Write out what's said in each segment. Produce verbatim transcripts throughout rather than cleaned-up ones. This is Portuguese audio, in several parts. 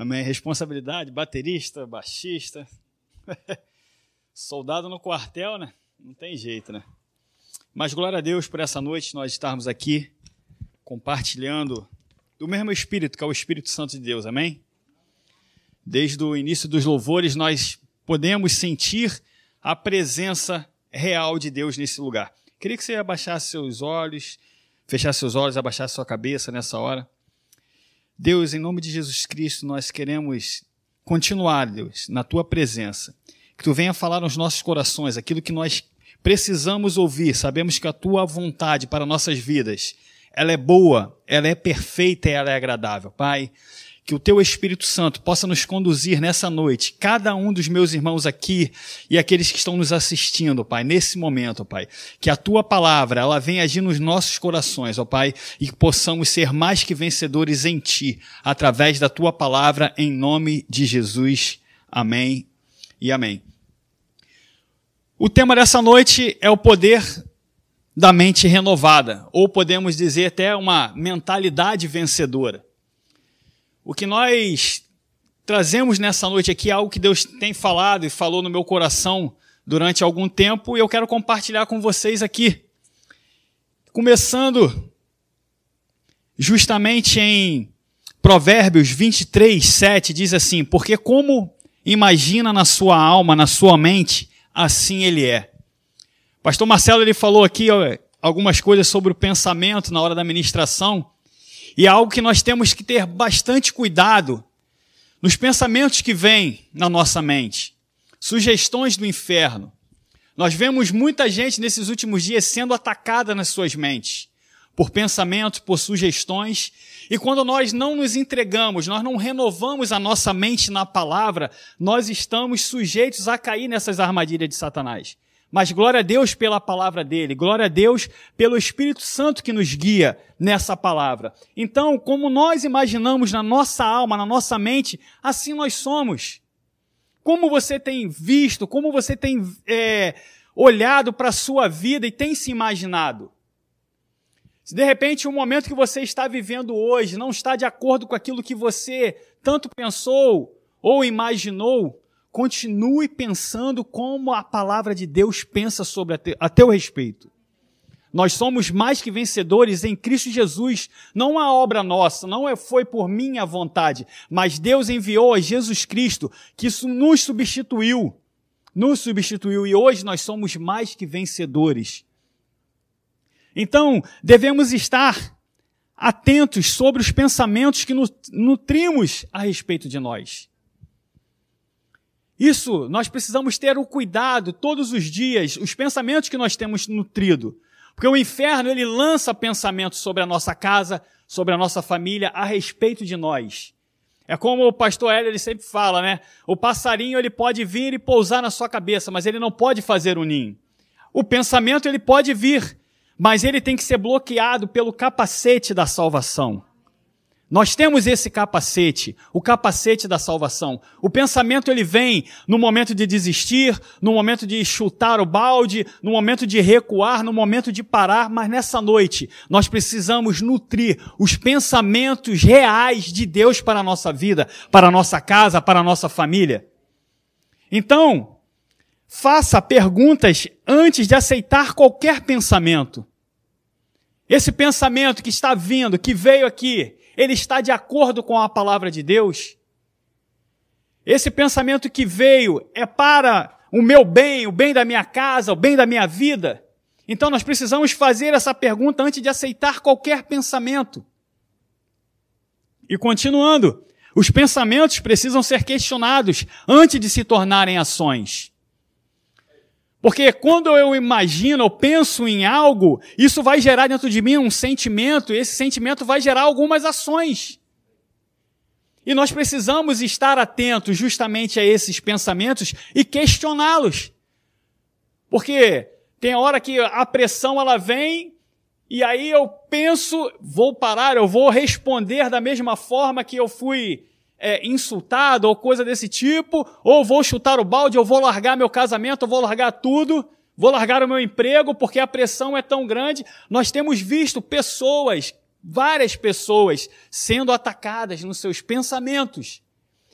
Amém. Responsabilidade, baterista, baixista, soldado no quartel, né? Não tem jeito, né? Mas glória a Deus por essa noite nós estarmos aqui compartilhando do mesmo Espírito, que é o Espírito Santo de Deus, amém? Desde o início dos louvores nós podemos sentir a presença real de Deus nesse lugar. Queria que você abaixasse seus olhos, fechasse seus olhos, abaixasse sua cabeça nessa hora. Deus, em nome de Jesus Cristo, nós queremos continuar, Deus, na Tua presença. Que Tu venha falar nos nossos corações aquilo que nós precisamos ouvir. Sabemos que a Tua vontade para nossas vidas, ela é boa, ela é perfeita e ela é agradável. Pai, que o Teu Espírito Santo possa nos conduzir nessa noite, cada um dos meus irmãos aqui e aqueles que estão nos assistindo, Pai, nesse momento, Pai. Que a Tua palavra, ela venha agir nos nossos corações, ó Pai, e que possamos ser mais que vencedores em Ti, através da Tua palavra, em nome de Jesus. Amém e amém. O tema dessa noite é o poder da mente renovada, ou podemos dizer até uma mentalidade vencedora. O que nós trazemos nessa noite aqui é algo que Deus tem falado e falou no meu coração durante algum tempo e eu quero compartilhar com vocês aqui. Começando justamente em Provérbios vinte e três, sete, diz assim: porque como imagina na sua alma, na sua mente, assim ele é. Pastor Marcelo ele falou aqui ó, algumas coisas sobre o pensamento na hora da ministração. E é algo que nós temos que ter bastante cuidado nos pensamentos que vêm na nossa mente. Sugestões do inferno. Nós vemos muita gente nesses últimos dias sendo atacada nas suas mentes por pensamentos, por sugestões. E quando nós não nos entregamos, nós não renovamos a nossa mente na palavra, nós estamos sujeitos a cair nessas armadilhas de Satanás. Mas glória a Deus pela palavra dele, glória a Deus pelo Espírito Santo que nos guia nessa palavra. Então, como nós imaginamos na nossa alma, na nossa mente, assim nós somos. Como você tem visto, como você tem é, olhado para a sua vida e tem se imaginado? Se de repente o momento que você está vivendo hoje não está de acordo com aquilo que você tanto pensou ou imaginou, continue pensando como a palavra de Deus pensa sobre a, te, a teu respeito. Nós somos mais que vencedores em Cristo Jesus. Não é obra nossa, não é, foi por minha vontade, mas Deus enviou a Jesus Cristo, que isso nos substituiu. Nos substituiu e hoje nós somos mais que vencedores. Então, devemos estar atentos sobre os pensamentos que nutrimos a respeito de nós. Isso, nós precisamos ter o cuidado todos os dias, os pensamentos que nós temos nutrido. Porque o inferno, ele lança pensamentos sobre a nossa casa, sobre a nossa família, a respeito de nós. É como o pastor Hélio, ele sempre fala, né? O passarinho, ele pode vir e pousar na sua cabeça, mas ele não pode fazer um ninho. O pensamento, ele pode vir, mas ele tem que ser bloqueado pelo capacete da salvação. Nós temos esse capacete, o capacete da salvação. O pensamento ele vem no momento de desistir, no momento de chutar o balde, no momento de recuar, no momento de parar, mas nessa noite nós precisamos nutrir os pensamentos reais de Deus para a nossa vida, para a nossa casa, para a nossa família. Então, faça perguntas antes de aceitar qualquer pensamento. Esse pensamento que está vindo, que veio aqui, ele está de acordo com a palavra de Deus? Esse pensamento que veio é para o meu bem, o bem da minha casa, o bem da minha vida? Então nós precisamos fazer essa pergunta antes de aceitar qualquer pensamento. E continuando, os pensamentos precisam ser questionados antes de se tornarem ações. Porque quando eu imagino, eu penso em algo, isso vai gerar dentro de mim um sentimento, e esse sentimento vai gerar algumas ações. E nós precisamos estar atentos justamente a esses pensamentos e questioná-los. Porque tem hora que a pressão ela vem, e aí eu penso, vou parar, eu vou responder da mesma forma que eu fui É, insultado ou coisa desse tipo, ou vou chutar o balde, ou vou largar meu casamento, ou vou largar tudo, vou largar o meu emprego porque a pressão é tão grande. Nós temos visto pessoas, várias pessoas, sendo atacadas nos seus pensamentos.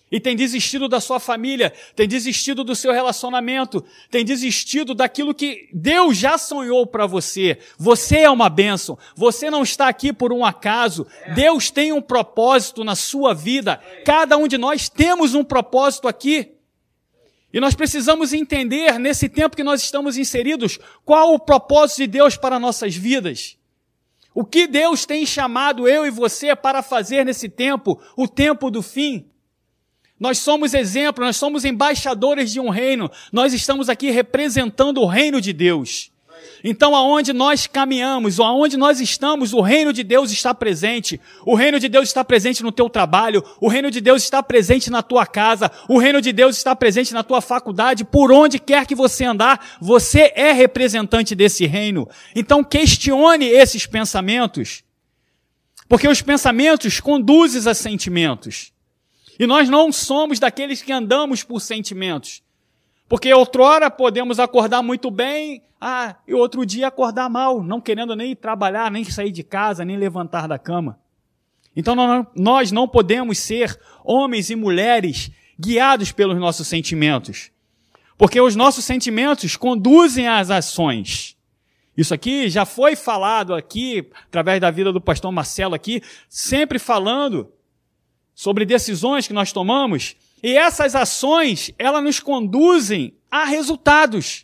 e tem desistido da sua família, tem desistido do seu relacionamento, tem desistido daquilo que Deus já sonhou para você. Você é uma bênção, você não está aqui por um acaso. Deus tem um propósito na sua vida, cada um de nós temos um propósito aqui. E nós precisamos entender, nesse tempo que nós estamos inseridos, qual o propósito de Deus para nossas vidas. O que Deus tem chamado eu e você para fazer nesse tempo, o tempo do fim. Nós somos exemplo, nós somos embaixadores de um reino, nós estamos aqui representando o reino de Deus. Então, aonde nós caminhamos, ou aonde nós estamos, o reino de Deus está presente. O reino de Deus está presente no teu trabalho, o reino de Deus está presente na tua casa, o reino de Deus está presente na tua faculdade, por onde quer que você andar, você é representante desse reino. Então, questione esses pensamentos, porque os pensamentos conduzem a sentimentos. E nós não somos daqueles que andamos por sentimentos. Porque outrora podemos acordar muito bem, ah, e outro dia acordar mal, não querendo nem trabalhar, nem sair de casa, nem levantar da cama. Então nós não podemos ser homens e mulheres guiados pelos nossos sentimentos. Porque os nossos sentimentos conduzem às ações. Isso aqui já foi falado aqui, através da vida do pastor Marcelo aqui, sempre falando sobre decisões que nós tomamos, e essas ações, elas nos conduzem a resultados.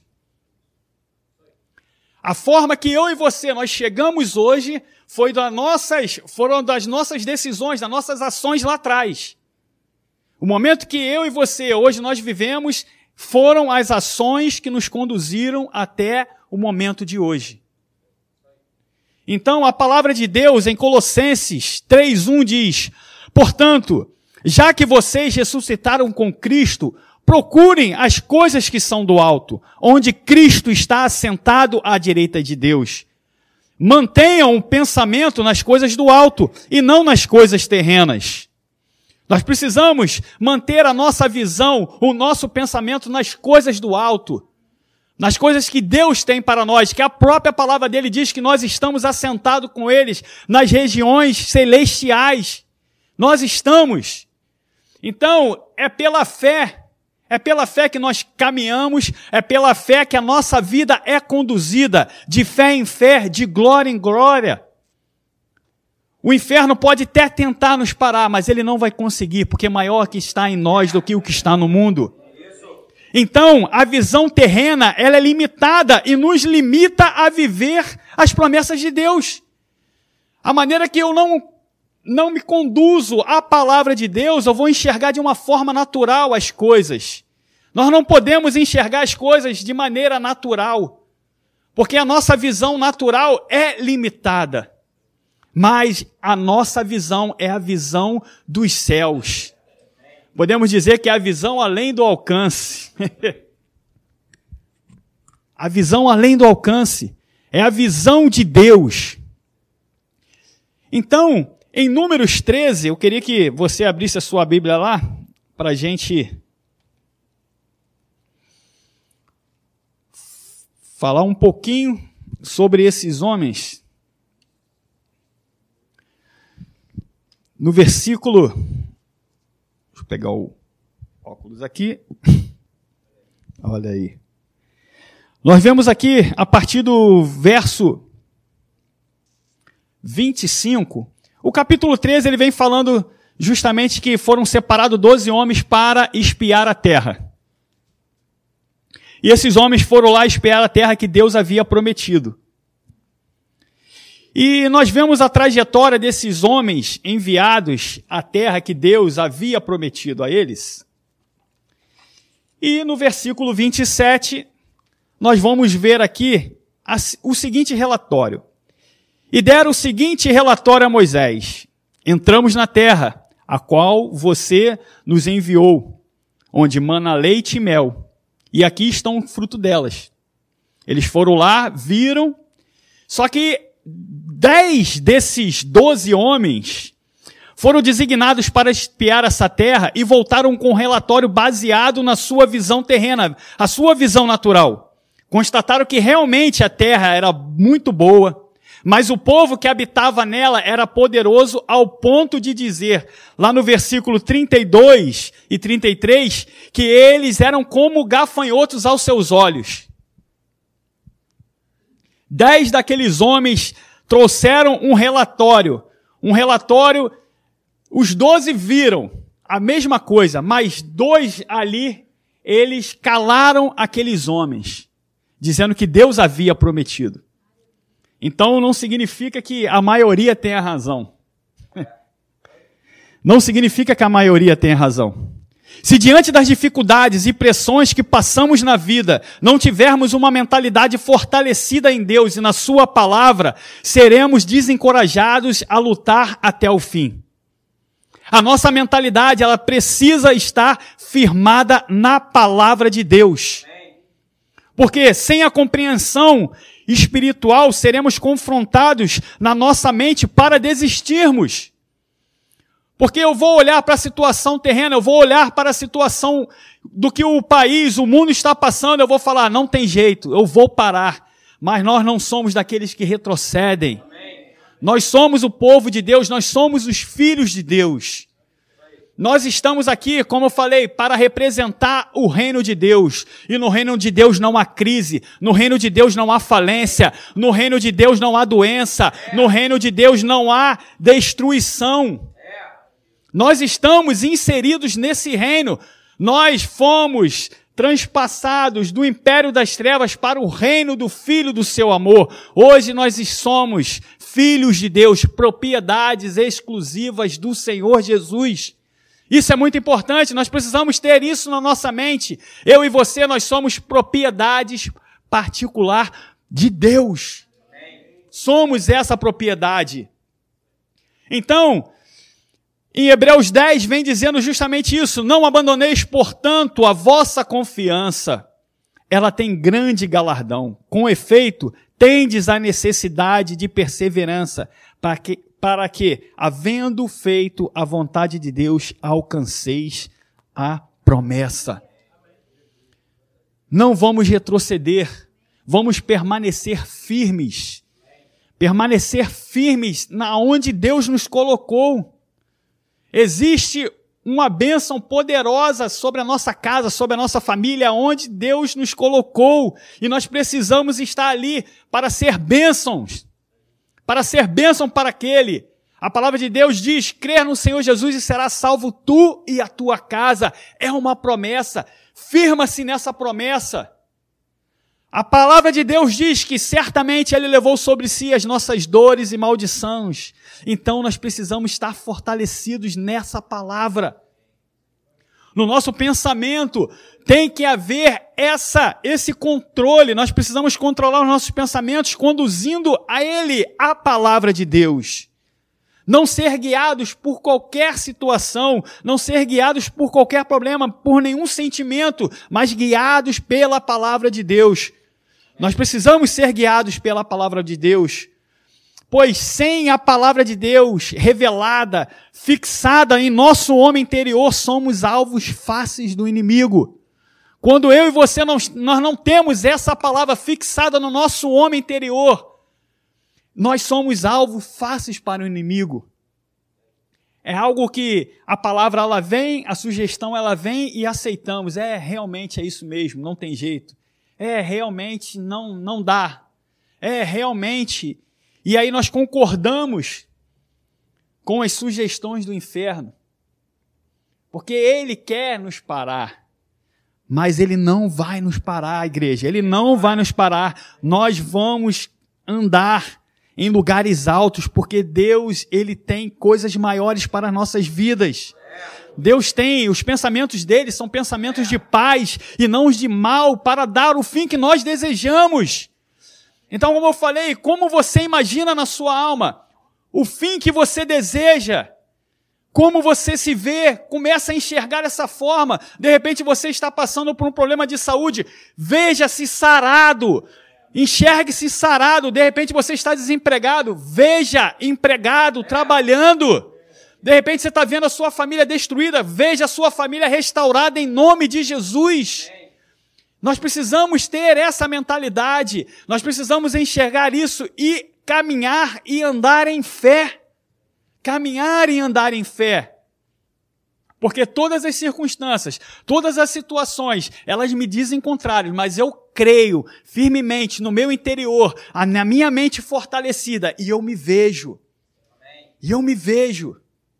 A forma que eu e você, nós chegamos hoje, foi das nossas, foram das nossas decisões, das nossas ações lá atrás. O momento que eu e você, hoje nós vivemos, foram as ações que nos conduziram até o momento de hoje. Então, a palavra de Deus, em Colossenses três, um diz: portanto, já que vocês ressuscitaram com Cristo, procurem as coisas que são do alto, onde Cristo está assentado à direita de Deus. Mantenham o pensamento nas coisas do alto e não nas coisas terrenas. Nós precisamos manter a nossa visão, o nosso pensamento nas coisas do alto, nas coisas que Deus tem para nós, que a própria palavra dele diz que nós estamos assentados com eles nas regiões celestiais. Nós estamos. Então, é pela fé, é pela fé que nós caminhamos, é pela fé que a nossa vida é conduzida, de fé em fé, de glória em glória. O inferno pode até tentar nos parar, mas ele não vai conseguir, porque maior que está em nós do que o que está no mundo. Então, a visão terrena, ela é limitada e nos limita a viver as promessas de Deus. A maneira que eu não não me conduzo à palavra de Deus, eu vou enxergar de uma forma natural as coisas. Nós não podemos enxergar as coisas de maneira natural, porque a nossa visão natural é limitada. Mas a nossa visão é a visão dos céus. Podemos dizer que é a visão além do alcance. A visão além do alcance. É a visão de Deus. Então, em Números treze, eu queria que você abrisse a sua Bíblia lá, para a gente falar um pouquinho sobre esses homens. No versículo, deixa eu pegar o óculos aqui, olha aí. Nós vemos aqui, a partir do verso vinte e cinco, o capítulo treze, ele vem falando justamente que foram separados doze homens para espiar a terra. E esses homens foram lá espiar a terra que Deus havia prometido. E nós vemos a trajetória desses homens enviados à terra que Deus havia prometido a eles. E no versículo vinte e sete, nós vamos ver aqui o seguinte relatório. E deram o seguinte relatório a Moisés: entramos na terra, a qual você nos enviou, onde mana leite e mel, e aqui estão o fruto delas. Eles foram lá, viram, só que dez desses doze homens foram designados para espiar essa terra e voltaram com um relatório baseado na sua visão terrena, a sua visão natural. Constataram que realmente a terra era muito boa, Mas o povo que habitava nela era poderoso ao ponto de dizer, lá no versículo trinta e dois e trinta e três, que eles eram como gafanhotos aos seus olhos. Dez daqueles homens trouxeram um relatório. Um relatório, os doze viram a mesma coisa, mas dois ali, eles calaram aqueles homens, dizendo que Deus havia prometido. Então não significa que a maioria tenha razão. Não significa que a maioria tenha razão. Se diante das dificuldades e pressões que passamos na vida, não tivermos uma mentalidade fortalecida em Deus e na sua palavra, seremos desencorajados a lutar até o fim. A nossa mentalidade, ela precisa estar firmada na palavra de Deus. Porque sem a compreensão espiritual, seremos confrontados na nossa mente para desistirmos. Porque eu vou olhar para a situação terrena, eu vou olhar para a situação do que o país, o mundo está passando, eu vou falar, não tem jeito, eu vou parar. Mas nós não somos daqueles que retrocedem. Amém. Nós somos o povo de Deus, nós somos os filhos de Deus. Nós estamos aqui, como eu falei, para representar o reino de Deus. E no reino de Deus não há crise, no reino de Deus não há falência, no reino de Deus não há doença, no reino de Deus não há destruição. Nós estamos inseridos nesse reino. Nós fomos transpassados do império das trevas para o reino do Filho do seu amor. Hoje nós somos filhos de Deus, propriedades exclusivas do Senhor Jesus. Isso é muito importante, nós precisamos ter isso na nossa mente. Eu e você, nós somos propriedades particular de Deus. Somos essa propriedade. Então, em Hebreus dez vem dizendo justamente isso. Não abandoneis, portanto, a vossa confiança. Ela tem grande galardão. Com efeito, tendes a necessidade de perseverança, para que para que, havendo feito a vontade de Deus, alcanceis a promessa. Não vamos retroceder, vamos permanecer firmes. Permanecer firmes na onde Deus nos colocou. Existe uma bênção poderosa sobre a nossa casa, sobre a nossa família, onde Deus nos colocou. E nós precisamos estar ali para ser bênçãos. Para ser bênção para aquele. A palavra de Deus diz, crer no Senhor Jesus e serás salvo tu e a tua casa. É uma promessa. Firma-se nessa promessa. A palavra de Deus diz que certamente Ele levou sobre si as nossas dores e maldições. Então nós precisamos estar fortalecidos nessa palavra. No nosso pensamento tem que haver essa, esse controle. Nós precisamos controlar os nossos pensamentos conduzindo a Ele, a palavra de Deus. Não ser guiados por qualquer situação, não ser guiados por qualquer problema, por nenhum sentimento, mas guiados pela palavra de Deus. Nós precisamos ser guiados pela palavra de Deus. Pois sem a palavra de Deus revelada, fixada em nosso homem interior, somos alvos fáceis do inimigo. Quando eu e você, não, nós não temos essa palavra fixada no nosso homem interior, nós somos alvos fáceis para o inimigo. É algo que a palavra ela vem, a sugestão ela vem e aceitamos. É, realmente é isso mesmo, não tem jeito. É, realmente não, não dá. É, realmente... E aí nós concordamos com as sugestões do inferno. Porque ele quer nos parar. Mas ele não vai nos parar, igreja. Ele não vai nos parar. Nós vamos andar em lugares altos, porque Deus, Ele tem coisas maiores para as nossas vidas. Deus tem, os pensamentos dele são pensamentos de paz e não os de mal, para dar o fim que nós desejamos. Então, como eu falei, como você imagina na sua alma o fim que você deseja? Como você se vê, começa a enxergar dessa forma. De repente você está passando por um problema de saúde, veja-se sarado, enxergue-se sarado. De repente você está desempregado, veja empregado, trabalhando. De repente você está vendo a sua família destruída, veja a sua família restaurada em nome de Jesus. Nós precisamos ter essa mentalidade, nós precisamos enxergar isso e caminhar e andar em fé. Caminhar e andar em fé. Porque todas as circunstâncias, todas as situações, elas me dizem contrário, mas eu creio firmemente no meu interior, na minha mente fortalecida, e eu me vejo. Amém. E eu me vejo.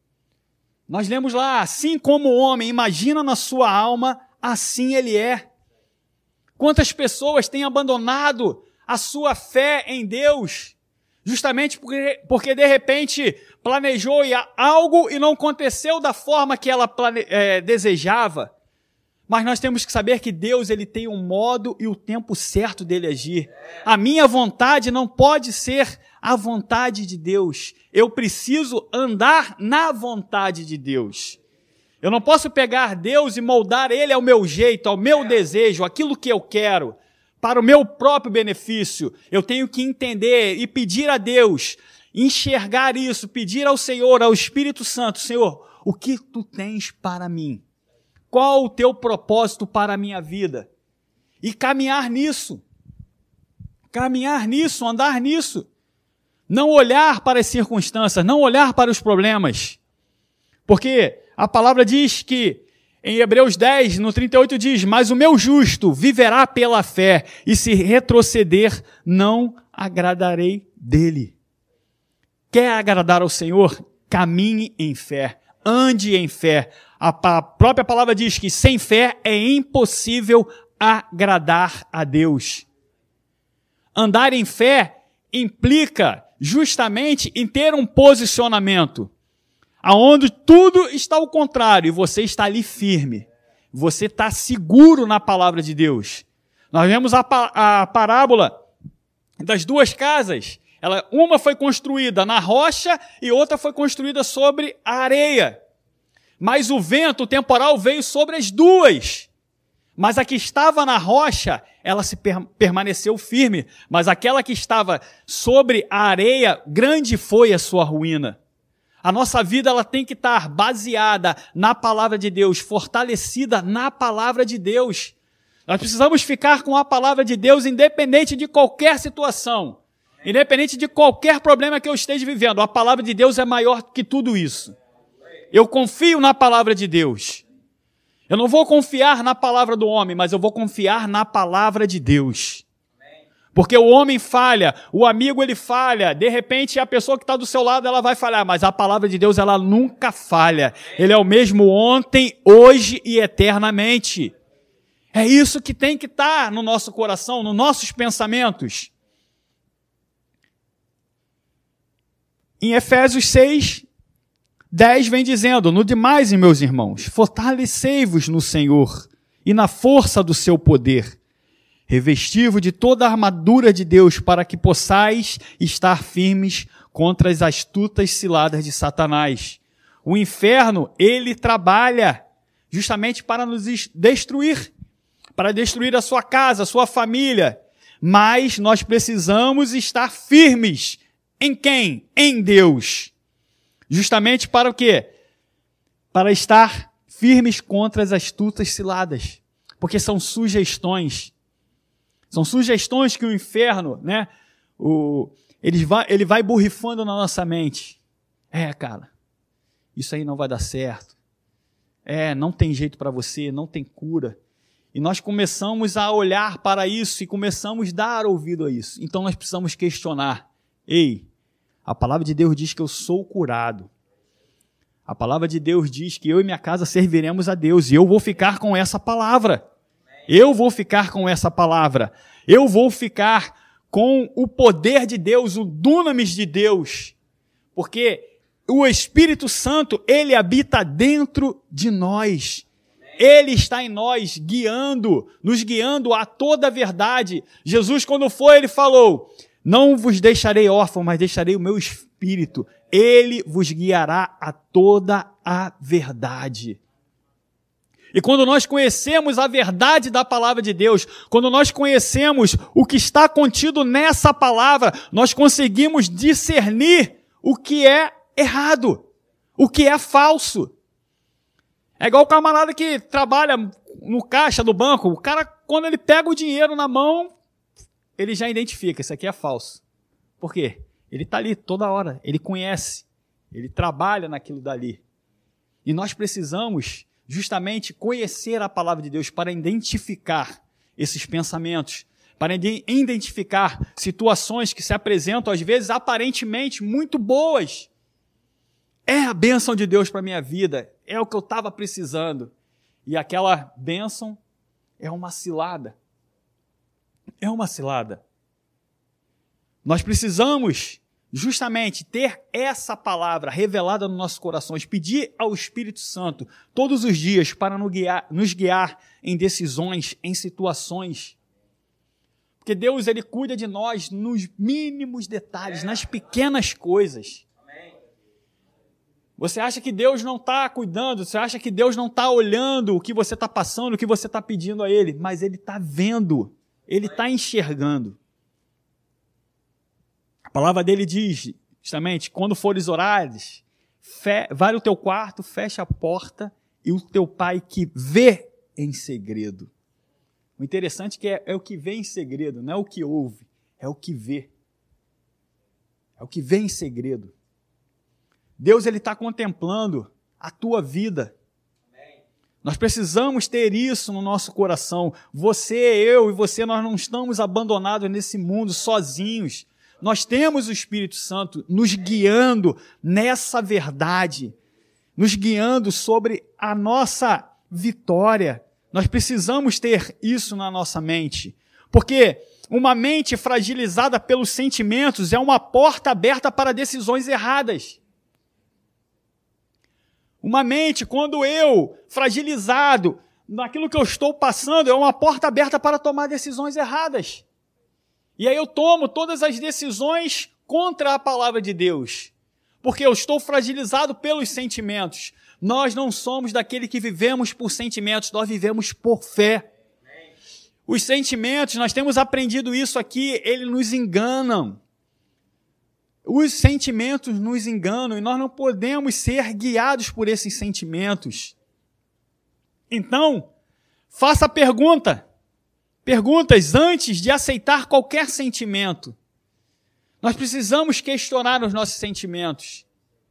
Nós lemos lá, assim como o homem imagina na sua alma, assim ele é. Quantas pessoas têm abandonado a sua fé em Deus, justamente porque, porque de repente planejou algo e não aconteceu da forma que ela plane, é, desejava. Mas nós temos que saber que Deus ele tem um modo e o tempo certo dele agir. A minha vontade não pode ser a vontade de Deus. Eu preciso andar na vontade de Deus. Eu não posso pegar Deus e moldar Ele ao meu jeito, ao meu desejo, aquilo que eu quero, para o meu próprio benefício. Eu tenho que entender e pedir a Deus, enxergar isso, pedir ao Senhor, ao Espírito Santo, Senhor, o que Tu tens para mim? Qual o Teu propósito para a minha vida? E caminhar nisso. Caminhar nisso, andar nisso. Não olhar para as circunstâncias, não olhar para os problemas. Porque a palavra diz que, em Hebreus dez, no trinta e oito diz, mas o meu justo viverá pela fé, e se retroceder, não agradarei dele. Quer agradar ao Senhor? Caminhe em fé, ande em fé. A própria palavra diz que sem fé é impossível agradar a Deus. Andar em fé implica justamente em ter um posicionamento, aonde tudo está ao contrário, e você está ali firme. Você está seguro na palavra de Deus. Nós vemos a, a parábola das duas casas. Ela, uma foi construída na rocha e outra foi construída sobre a areia. Mas o vento, o temporal, veio sobre as duas. Mas a que estava na rocha, ela se per- permaneceu firme. Mas aquela que estava sobre a areia, grande foi a sua ruína. A nossa vida ela tem que estar baseada na palavra de Deus, fortalecida na palavra de Deus. Nós precisamos ficar com a palavra de Deus independente de qualquer situação, independente de qualquer problema que eu esteja vivendo. A palavra de Deus é maior que tudo isso. Eu confio na palavra de Deus. Eu não vou confiar na palavra do homem, mas eu vou confiar na palavra de Deus. Porque o homem falha, o amigo ele falha, de repente a pessoa que está do seu lado ela vai falhar, mas a palavra de Deus ela nunca falha. Ele é o mesmo ontem, hoje e eternamente. É isso que tem que estar no nosso coração, nos nossos pensamentos. Em Efésios seis, dez vem dizendo, no demais, meus irmãos, fortalecei-vos no Senhor e na força do seu poder. Revesti-vos de toda a armadura de Deus para que possais estar firmes contra as astutas ciladas de Satanás. O inferno, ele trabalha justamente para nos destruir, para destruir a sua casa, a sua família. Mas nós precisamos estar firmes. Em quem? Em Deus. Justamente para o quê? Para estar firmes contra as astutas ciladas. Porque são sugestões. São sugestões que o inferno, né, o, ele, vai, ele vai borrifando na nossa mente. É, cara, isso aí não vai dar certo. É, não tem jeito para você, não tem cura. E nós começamos a olhar para isso e começamos a dar ouvido a isso. Então nós precisamos questionar. Ei, a palavra de Deus diz que eu sou curado. A palavra de Deus diz que eu e minha casa serviremos a Deus. E eu vou ficar com essa palavra. Eu vou ficar com essa palavra. Eu vou ficar com o poder de Deus, o dunamis de Deus. Porque o Espírito Santo, ele habita dentro de nós. Ele está em nós, guiando, nos guiando a toda a verdade. Jesus, quando foi, ele falou, não vos deixarei órfão, mas deixarei o meu Espírito. Ele vos guiará a toda a verdade. E quando nós conhecemos a verdade da palavra de Deus, quando nós conhecemos o que está contido nessa palavra, nós conseguimos discernir o que é errado, o que é falso. É igual o camarada que trabalha no caixa do banco, o cara, quando ele pega o dinheiro na mão, ele já identifica, isso aqui é falso. Por quê? Ele está ali toda hora, ele conhece, ele trabalha naquilo dali. E nós precisamos justamente conhecer a palavra de Deus para identificar esses pensamentos, para identificar situações que se apresentam, às vezes, aparentemente muito boas. É a bênção de Deus para a minha vida, é o que eu estava precisando. E aquela bênção é uma cilada. É uma cilada. Nós precisamos justamente ter essa palavra revelada nos nossos corações, pedir ao Espírito Santo todos os dias para nos guiar, nos guiar em decisões, em situações. Porque Deus, ele cuida de nós nos mínimos detalhes, nas pequenas coisas. Você acha que Deus não está cuidando, você acha que Deus não está olhando o que você está passando, o que você está pedindo a Ele, mas Ele está vendo, Ele está enxergando. A palavra dele diz, justamente, quando fores orares, fe, vai no teu quarto, fecha a porta e o teu pai que vê em segredo. O interessante é que é, é o que vê em segredo, não é o que ouve, é o que vê. É o que vê em segredo. Deus, ele está contemplando a tua vida. Amém. Nós precisamos ter isso no nosso coração. Você, eu e você, nós não estamos abandonados nesse mundo sozinhos. Nós temos o Espírito Santo nos guiando nessa verdade, nos guiando sobre a nossa vitória. Nós precisamos ter isso na nossa mente, porque uma mente fragilizada pelos sentimentos é uma porta aberta para decisões erradas. Uma mente, quando eu, fragilizado naquilo que eu estou passando, é uma porta aberta para tomar decisões erradas. E aí eu tomo todas as decisões contra a palavra de Deus, porque eu estou fragilizado pelos sentimentos. Nós não somos daquele que vivemos por sentimentos, nós vivemos por fé. Os sentimentos, nós temos aprendido isso aqui, eles nos enganam. Os sentimentos nos enganam e nós não podemos ser guiados por esses sentimentos. Então, faça a pergunta. Perguntas antes de aceitar qualquer sentimento. Nós precisamos questionar os nossos sentimentos.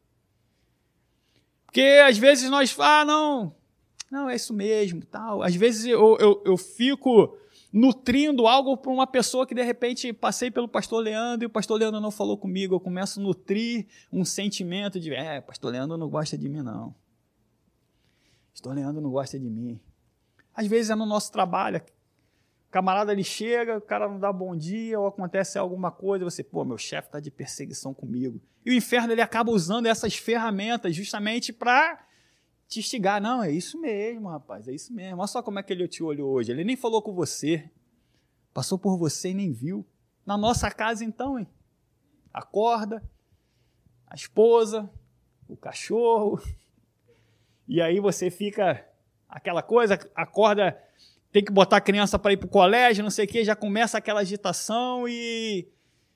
Porque às vezes nós, ah, não, não, é isso mesmo, tal. Às vezes eu, eu, eu fico nutrindo algo para uma pessoa que de repente passei pelo pastor Leandro e o pastor Leandro não falou comigo. Eu começo a nutrir um sentimento de, é, pastor Leandro não gosta de mim, não. Pastor Leandro não gosta de mim. Às vezes é no nosso trabalho. O camarada ele chega, o cara não dá bom dia, ou acontece alguma coisa, você, pô, meu chefe está de perseguição comigo. E o inferno ele acaba usando essas ferramentas justamente para te instigar. Não, é isso mesmo, rapaz, é isso mesmo. Olha só como é que ele te olhou hoje. Ele nem falou com você, passou por você e nem viu. Na nossa casa, então, hein? Acorda, a esposa, o cachorro, e aí você fica aquela coisa, acorda, tem que botar a criança para ir para o colégio, não sei o quê, já começa aquela agitação e...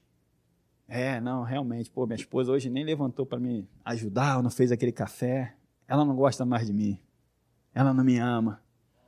É, não, realmente, pô, minha esposa hoje nem levantou para me ajudar, não fez aquele café. Ela não gosta mais de mim. Ela não me ama.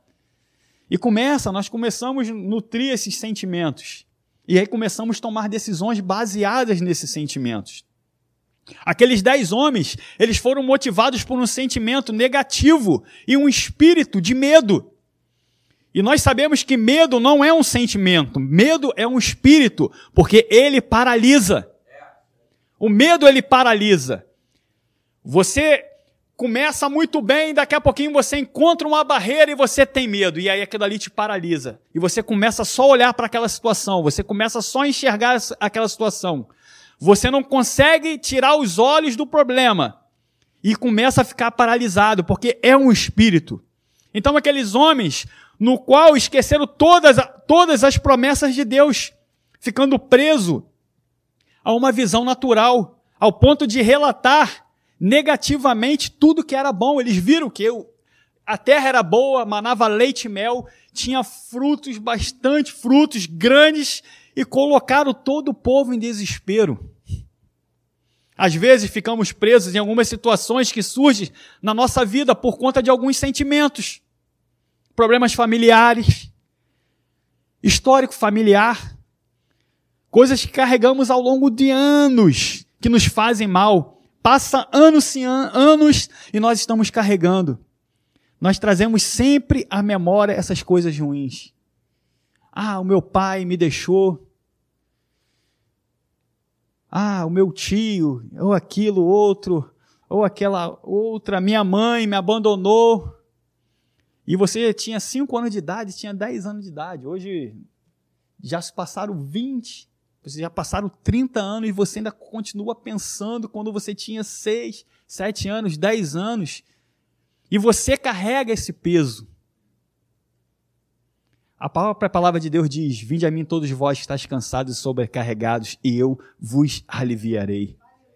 E começa, nós começamos a nutrir esses sentimentos. E aí começamos a tomar decisões baseadas nesses sentimentos. Aqueles dez homens, eles foram motivados por um sentimento negativo e um espírito de medo. E nós sabemos que medo não é um sentimento. Medo é um espírito, porque ele paralisa. O medo, ele paralisa. Você começa muito bem, daqui a pouquinho você encontra uma barreira e você tem medo, e aí aquilo ali te paralisa. E você começa só a olhar para aquela situação, você começa só a enxergar aquela situação. Você não consegue tirar os olhos do problema e começa a ficar paralisado, porque é um espírito. Então aqueles homens, no qual esqueceram todas, todas as promessas de Deus, ficando preso a uma visão natural, ao ponto de relatar negativamente tudo que era bom. Eles viram que eu, a terra era boa, manava leite e mel, tinha frutos, bastante frutos grandes, e colocaram todo o povo em desespero. Às vezes ficamos presos em algumas situações que surgem na nossa vida por conta de alguns sentimentos, problemas familiares, histórico familiar. Coisas que carregamos ao longo de anos, que nos fazem mal. Passa anos e anos e nós estamos carregando. Nós trazemos sempre à memória essas coisas ruins. Ah, o meu pai me deixou. Ah, o meu tio, ou aquilo, outro, ou aquela outra, minha mãe me abandonou. E você tinha cinco anos de idade, tinha dez anos de idade. Hoje já se passaram vinte, já passaram trinta anos e você ainda continua pensando quando você tinha seis, sete anos, dez anos. E você carrega esse peso. A própria palavra de Deus diz: vinde a mim todos vós que estáis cansados e sobrecarregados, e eu vos aliviarei.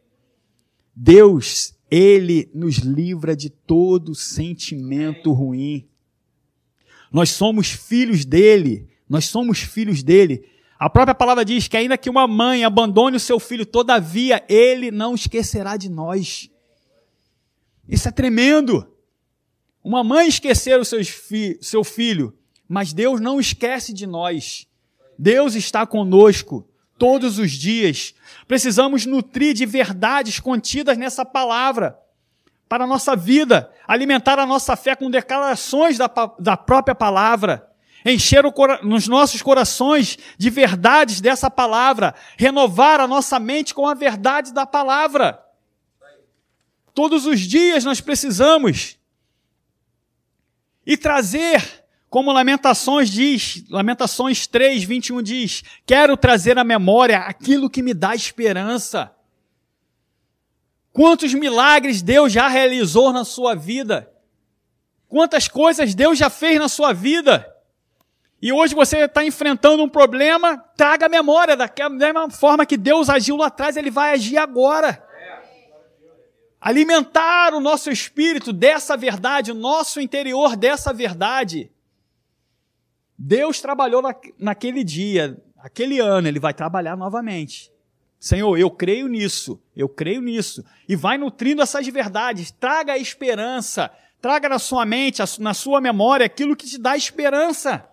Deus, Ele nos livra de todo sentimento ruim. Nós somos filhos dEle, nós somos filhos dEle. A própria palavra diz que ainda que uma mãe abandone o seu filho, todavia Ele não esquecerá de nós. Isso é tremendo. Uma mãe esquecer o seu, fi- seu filho, mas Deus não esquece de nós. Deus está conosco todos os dias. Precisamos nutrir de verdades contidas nessa palavra para a nossa vida, alimentar a nossa fé com declarações da, da própria palavra, encher o cora- nos nossos corações de verdades dessa palavra, renovar a nossa mente com a verdade da palavra. Todos os dias nós precisamos. E trazer, como Lamentações diz, Lamentações três, vinte e um diz, quero trazer à memória aquilo que me dá esperança. Quantos milagres Deus já realizou na sua vida? Quantas coisas Deus já fez na sua vida? E hoje você está enfrentando um problema, traga a memória, da mesma forma que Deus agiu lá atrás, Ele vai agir agora. Alimentar o nosso espírito dessa verdade, o nosso interior dessa verdade. Deus trabalhou na, naquele dia, aquele ano, Ele vai trabalhar novamente. Senhor, eu creio nisso, eu creio nisso. E vai nutrindo essas verdades, traga a esperança, traga na sua mente, na sua memória, aquilo que te dá esperança.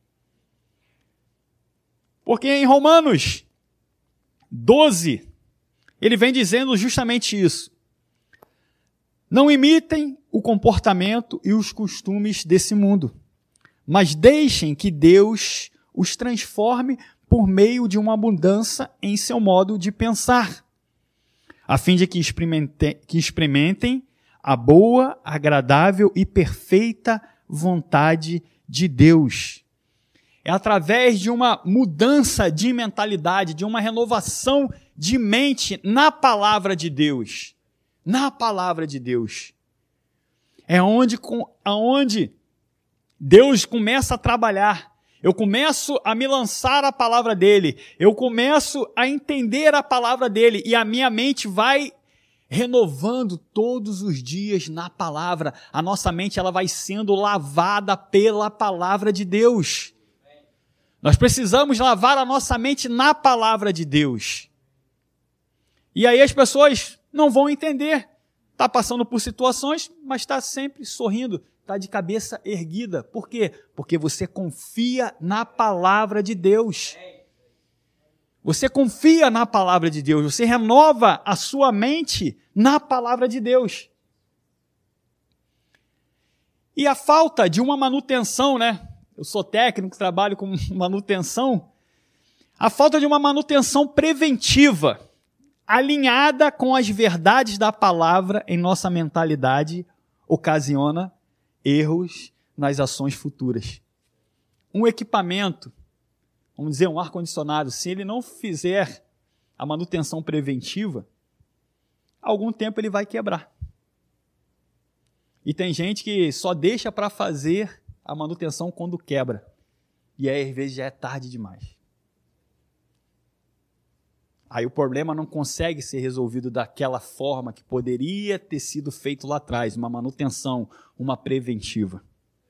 Porque em Romanos doze, ele vem dizendo justamente isso. Não imitem o comportamento e os costumes desse mundo, mas deixem que Deus os transforme por meio de uma mudança em seu modo de pensar, a fim de que experimentem, que experimentem a boa, agradável e perfeita vontade de Deus. É através de uma mudança de mentalidade, de uma renovação de mente na palavra de Deus. Na palavra de Deus. É onde, onde Deus começa a trabalhar. Eu começo a me lançar a palavra dele. Eu começo a entender a palavra dele. E a minha mente vai renovando todos os dias na palavra. A nossa mente ela vai sendo lavada pela palavra de Deus. Nós precisamos lavar a nossa mente na palavra de Deus. E aí as pessoas não vão entender. Está passando por situações, mas está sempre sorrindo, está de cabeça erguida. Por quê? Porque você confia na palavra de Deus. Você confia na palavra de Deus, você renova a sua mente na palavra de Deus. E a falta de uma manutenção, né? Eu sou técnico, trabalho com manutenção. A falta de uma manutenção preventiva, alinhada com as verdades da palavra em nossa mentalidade, ocasiona erros nas ações futuras. Um equipamento, vamos dizer, um ar-condicionado, se ele não fizer a manutenção preventiva, algum tempo ele vai quebrar. E tem gente que só deixa para fazer a manutenção quando quebra. E aí, às vezes, já é tarde demais. Aí o problema não consegue ser resolvido daquela forma que poderia ter sido feito lá atrás, uma manutenção, uma preventiva.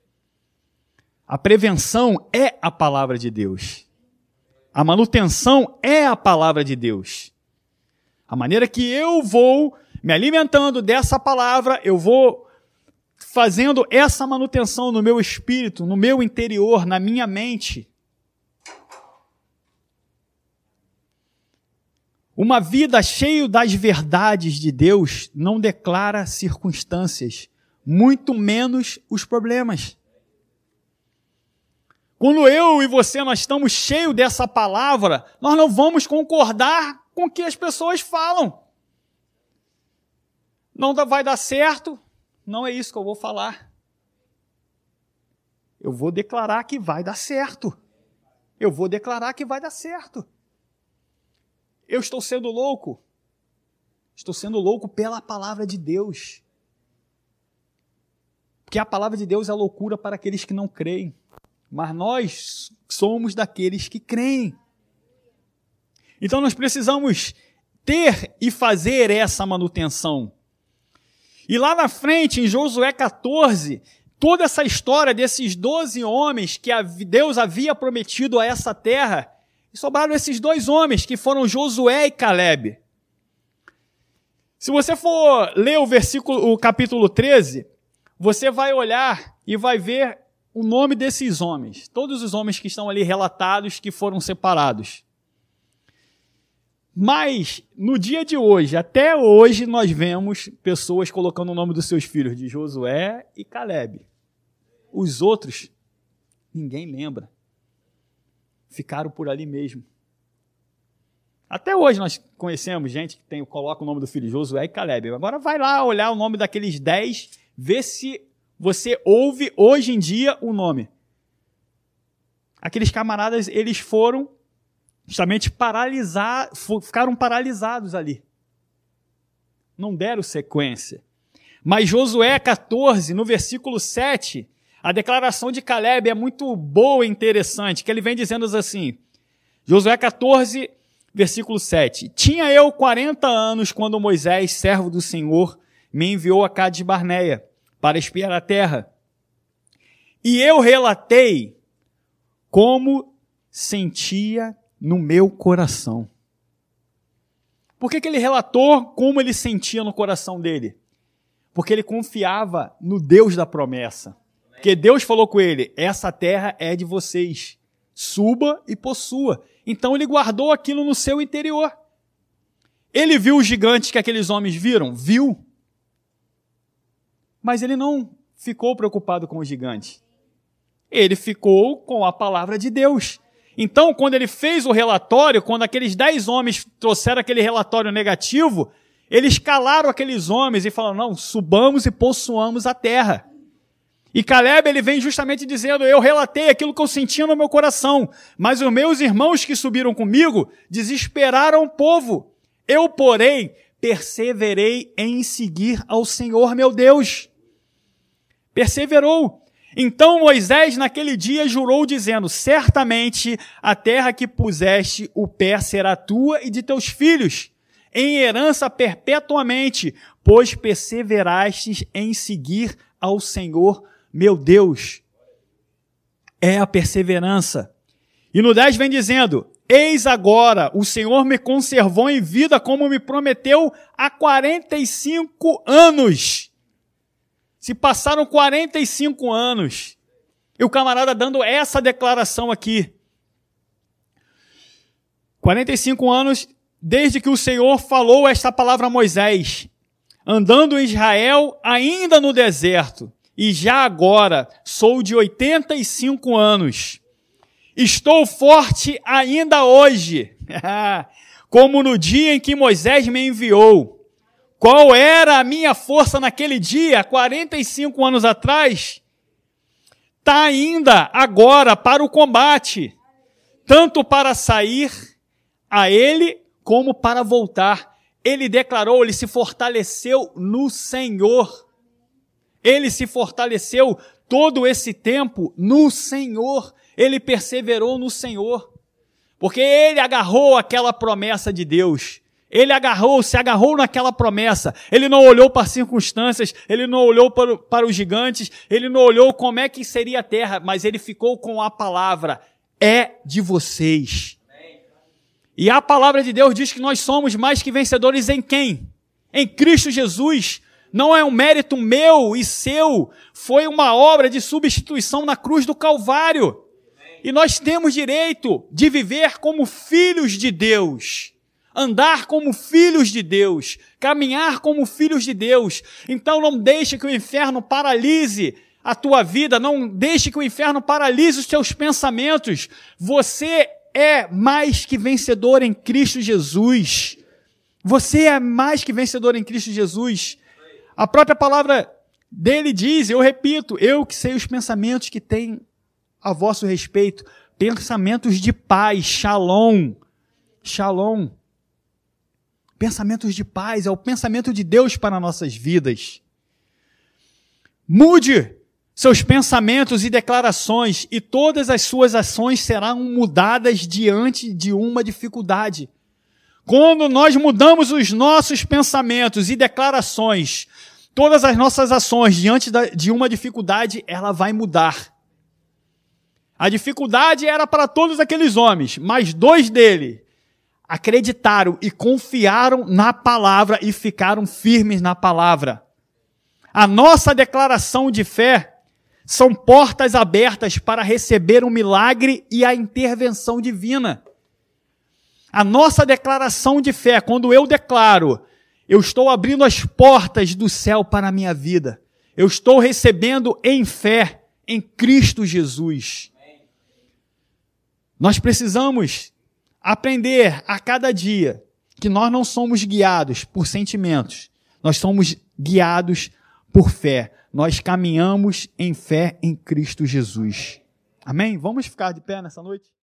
A prevenção é a palavra de Deus. A manutenção é a palavra de Deus. A maneira que eu vou me alimentando dessa palavra, eu vou fazendo essa manutenção no meu espírito, no meu interior, na minha mente. Uma vida cheia das verdades de Deus não declara circunstâncias, muito menos os problemas. Quando eu e você nós estamos cheios dessa palavra, nós não vamos concordar com o que as pessoas falam. Não vai dar certo, não é isso que eu vou falar. Eu vou declarar que vai dar certo. Eu vou declarar que vai dar certo. Eu estou sendo louco. Estou sendo louco pela palavra de Deus. Porque a palavra de Deus é loucura para aqueles que não creem. Mas nós somos daqueles que creem. Então nós precisamos ter e fazer essa manutenção. E lá na frente, em Josué quatorze, toda essa história desses doze homens que Deus havia prometido a essa terra, e sobraram esses dois homens que foram Josué e Calebe. Se você for ler o versículo, o capítulo treze, você vai olhar e vai ver o nome desses homens, todos os homens que estão ali relatados que foram separados. Mas, no dia de hoje, até hoje, nós vemos pessoas colocando o nome dos seus filhos de Josué e Calebe. Os outros, ninguém lembra. Ficaram por ali mesmo. Até hoje nós conhecemos gente que tem, coloca o nome do filho Josué e Calebe. Agora vai lá olhar o nome daqueles dez, ver se você ouve hoje em dia o nome. Aqueles camaradas, eles foram justamente paralisar, ficaram paralisados ali. Não deram sequência. Mas Josué quatorze, no versículo sete, a declaração de Calebe é muito boa e interessante, que ele vem dizendo assim, Josué quatorze, versículo sete, tinha eu quarenta anos quando Moisés, servo do Senhor, me enviou a Cades Barneia para espiar a terra. E eu relatei como sentia no meu coração. Por que que ele relatou como ele sentia no coração dele? Porque ele confiava no Deus da promessa. Porque Deus falou com ele, essa terra é de vocês, suba e possua. Então ele guardou aquilo no seu interior. Ele viu os gigantes que aqueles homens viram? Viu. Mas ele não ficou preocupado com os gigantes. Ele ficou com a palavra de Deus. Então, quando ele fez o relatório, quando aqueles dez homens trouxeram aquele relatório negativo, eles calaram aqueles homens e falaram, não, subamos e possuamos a terra. E Calebe, ele vem justamente dizendo, eu relatei aquilo que eu sentia no meu coração, mas os meus irmãos que subiram comigo desesperaram o povo. Eu, porém, perseverei em seguir ao Senhor meu Deus. Perseverou. Então Moisés naquele dia jurou dizendo, certamente a terra que puseste o pé será tua e de teus filhos, em herança perpetuamente, pois perseverastes em seguir ao Senhor meu Deus. É a perseverança. E no dez vem dizendo, eis agora, o Senhor me conservou em vida como me prometeu há quarenta e cinco anos. Se passaram quarenta e cinco anos, e o camarada dando essa declaração aqui. quarenta e cinco anos desde que o Senhor falou esta palavra a Moisés, andando em Israel ainda no deserto, e já agora sou de oitenta e cinco anos. Estou forte ainda hoje, como no dia em que Moisés me enviou. Qual era a minha força naquele dia, quarenta e cinco anos atrás? Está ainda agora para o combate, tanto para sair a ele como para voltar. Ele declarou, ele se fortaleceu no Senhor. Ele se fortaleceu todo esse tempo no Senhor. Ele perseverou no Senhor, porque ele agarrou aquela promessa de Deus. Ele agarrou, se agarrou naquela promessa. Ele não olhou para as circunstâncias, ele não olhou para, para os gigantes, ele não olhou como é que seria a terra, mas ele ficou com a palavra, é de vocês. E a palavra de Deus diz que nós somos mais que vencedores em quem? Em Cristo Jesus. Não é um mérito meu e seu, foi uma obra de substituição na cruz do Calvário. E nós temos direito de viver como filhos de Deus, andar como filhos de Deus, caminhar como filhos de Deus. Então não deixe que o inferno paralise a tua vida, não deixe que o inferno paralise os teus pensamentos. Você é mais que vencedor em Cristo Jesus. Você é mais que vencedor em Cristo Jesus. A própria palavra dele diz, eu repito, eu que sei os pensamentos que tem a vosso respeito, pensamentos de paz, shalom, shalom. Pensamentos de paz, é o pensamento de Deus para nossas vidas. Mude seus pensamentos e declarações, e todas as suas ações serão mudadas diante de uma dificuldade. Quando nós mudamos os nossos pensamentos e declarações, todas as nossas ações diante de uma dificuldade, ela vai mudar. A dificuldade era para todos aqueles homens, mas dois deles acreditaram e confiaram na palavra e ficaram firmes na palavra. A nossa declaração de fé são portas abertas para receber um milagre e a intervenção divina. A nossa declaração de fé, quando eu declaro, eu estou abrindo as portas do céu para a minha vida. Eu estou recebendo em fé, em Cristo Jesus. Nós precisamos aprender a cada dia que nós não somos guiados por sentimentos, nós somos guiados por fé. Nós caminhamos em fé em Cristo Jesus. Amém? Vamos ficar de pé nessa noite?